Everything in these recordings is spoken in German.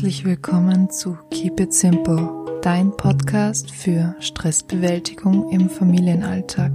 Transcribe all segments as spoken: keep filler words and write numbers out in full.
herzlich willkommen zu Keep It Simple, dein Podcast für Stressbewältigung im Familienalltag.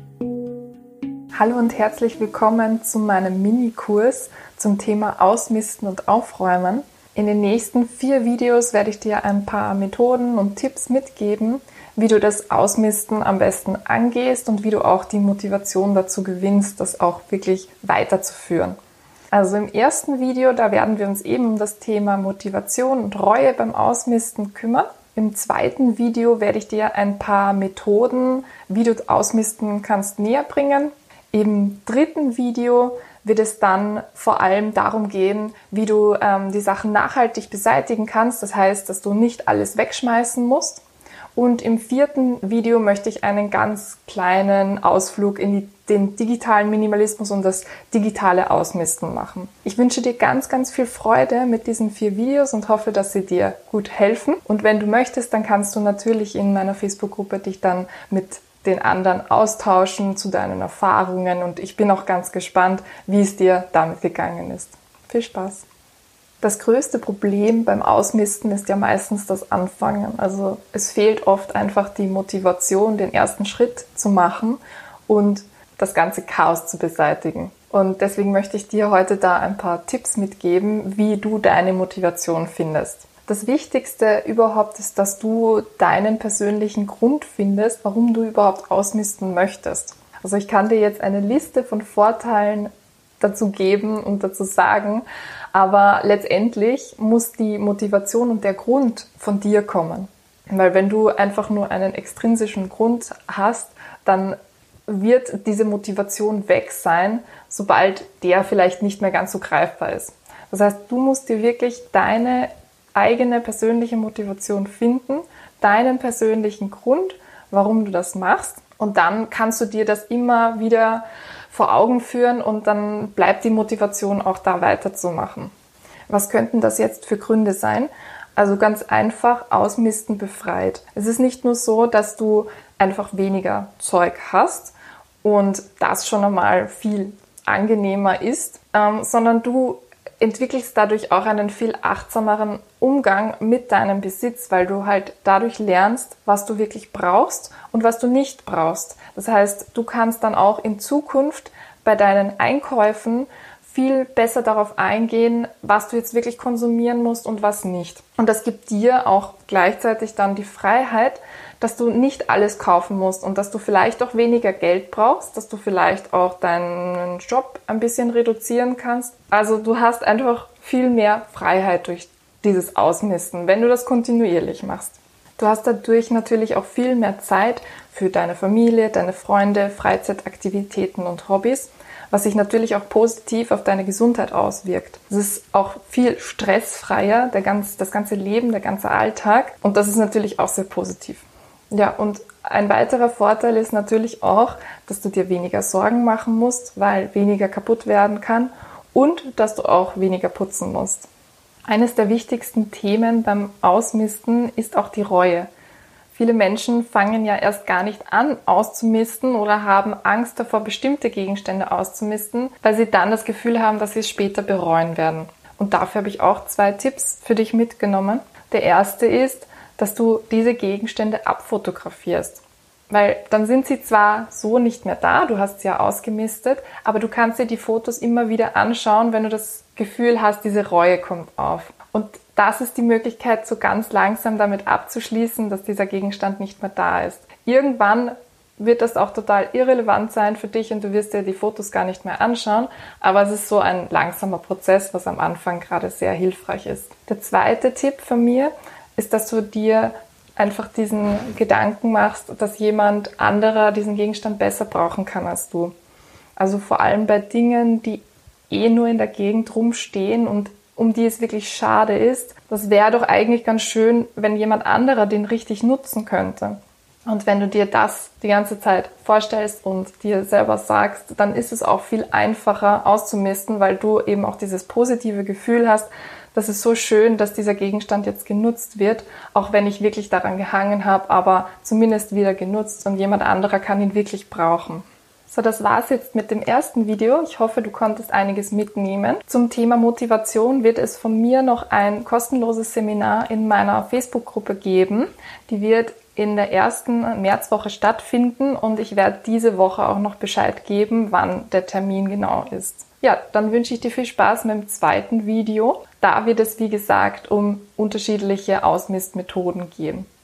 Hallo und herzlich willkommen zu meinem Minikurs zum Thema Ausmisten und Aufräumen. In den nächsten vier Videos werde ich dir ein paar Methoden und Tipps mitgeben, wie du das Ausmisten am besten angehst und wie du auch die Motivation dazu gewinnst, das auch wirklich weiterzuführen. Also im ersten Video, da werden wir uns eben um das Thema Motivation und Reue beim Ausmisten kümmern. Im zweiten Video werde ich dir ein paar Methoden, wie du ausmisten kannst, näher bringen. Im dritten Video wird es dann vor allem darum gehen, wie du ähm, die Sachen nachhaltig beseitigen kannst. Das heißt, dass du nicht alles wegschmeißen musst. Und im vierten Video möchte ich einen ganz kleinen Ausflug in die, den digitalen Minimalismus und das digitale Ausmisten machen. Ich wünsche dir ganz, ganz viel Freude mit diesen vier Videos und hoffe, dass sie dir gut helfen. Und wenn du möchtest, dann kannst du natürlich in meiner Facebook-Gruppe dich dann mit den anderen austauschen zu deinen Erfahrungen. Und ich bin auch ganz gespannt, wie es dir damit gegangen ist. Viel Spaß! Das größte Problem beim Ausmisten ist ja meistens das Anfangen. Also es fehlt oft einfach die Motivation, den ersten Schritt zu machen und das ganze Chaos zu beseitigen. Und deswegen möchte ich dir heute da ein paar Tipps mitgeben, wie du deine Motivation findest. Das Wichtigste überhaupt ist, dass du deinen persönlichen Grund findest, warum du überhaupt ausmisten möchtest. Also ich kann dir jetzt eine Liste von Vorteilen dazu geben und dazu sagen, aber letztendlich muss die Motivation und der Grund von dir kommen. Weil wenn du einfach nur einen extrinsischen Grund hast, dann wird diese Motivation weg sein, sobald der vielleicht nicht mehr ganz so greifbar ist. Das heißt, du musst dir wirklich deine eigene persönliche Motivation finden, deinen persönlichen Grund, warum du das machst. Und dann kannst du dir das immer wieder vor Augen führen und dann bleibt die Motivation auch da weiterzumachen. Was könnten das jetzt für Gründe sein? Also ganz einfach, Ausmisten befreit. Es ist nicht nur so, dass du einfach weniger Zeug hast und das schon einmal viel angenehmer ist, ähm, sondern du entwickelst dadurch auch einen viel achtsameren Umgang mit deinem Besitz, weil du halt dadurch lernst, was du wirklich brauchst und was du nicht brauchst. Das heißt, du kannst dann auch in Zukunft bei deinen Einkäufen viel besser darauf eingehen, was du jetzt wirklich konsumieren musst und was nicht. Und das gibt dir auch gleichzeitig dann die Freiheit, dass du nicht alles kaufen musst und dass du vielleicht auch weniger Geld brauchst, dass du vielleicht auch deinen Job ein bisschen reduzieren kannst. Also du hast einfach viel mehr Freiheit durch dieses Ausmisten, wenn du das kontinuierlich machst. Du hast dadurch natürlich auch viel mehr Zeit für deine Familie, deine Freunde, Freizeitaktivitäten und Hobbys, was sich natürlich auch positiv auf deine Gesundheit auswirkt. Es ist auch viel stressfreier, der ganz, das ganze Leben, der ganze Alltag, und das ist natürlich auch sehr positiv. Ja, und ein weiterer Vorteil ist natürlich auch, dass du dir weniger Sorgen machen musst, weil weniger kaputt werden kann und dass du auch weniger putzen musst. Eines der wichtigsten Themen beim Ausmisten ist auch die Reue. Viele Menschen fangen ja erst gar nicht an auszumisten oder haben Angst davor, bestimmte Gegenstände auszumisten, weil sie dann das Gefühl haben, dass sie es später bereuen werden. Und dafür habe ich auch zwei Tipps für dich mitgenommen. Der erste ist, dass du diese Gegenstände abfotografierst. Weil dann sind sie zwar so nicht mehr da, du hast sie ja ausgemistet, aber du kannst dir die Fotos immer wieder anschauen, wenn du das Gefühl hast, diese Reue kommt auf. Und das ist die Möglichkeit, so ganz langsam damit abzuschließen, dass dieser Gegenstand nicht mehr da ist. Irgendwann wird das auch total irrelevant sein für dich und du wirst dir die Fotos gar nicht mehr anschauen, aber es ist so ein langsamer Prozess, was am Anfang gerade sehr hilfreich ist. Der zweite Tipp von mir ist, dass du dir einfach diesen Gedanken machst, dass jemand anderer diesen Gegenstand besser brauchen kann als du. Also vor allem bei Dingen, die eh nur in der Gegend rumstehen und um die es wirklich schade ist. Das wäre doch eigentlich ganz schön, wenn jemand anderer den richtig nutzen könnte. Und wenn du dir das die ganze Zeit vorstellst und dir selber sagst, dann ist es auch viel einfacher auszumisten, weil du eben auch dieses positive Gefühl hast, das ist so schön, dass dieser Gegenstand jetzt genutzt wird, auch wenn ich wirklich daran gehangen habe, aber zumindest wieder genutzt und jemand anderer kann ihn wirklich brauchen. So, das war's jetzt mit dem ersten Video. Ich hoffe, du konntest einiges mitnehmen. Zum Thema Motivation wird es von mir noch ein kostenloses Seminar in meiner Facebook-Gruppe geben. Die wird in der ersten Märzwoche stattfinden und ich werde diese Woche auch noch Bescheid geben, wann der Termin genau ist. Ja, dann wünsche ich dir viel Spaß mit dem zweiten Video. Da wird es, wie gesagt, um unterschiedliche Ausmistmethoden gehen.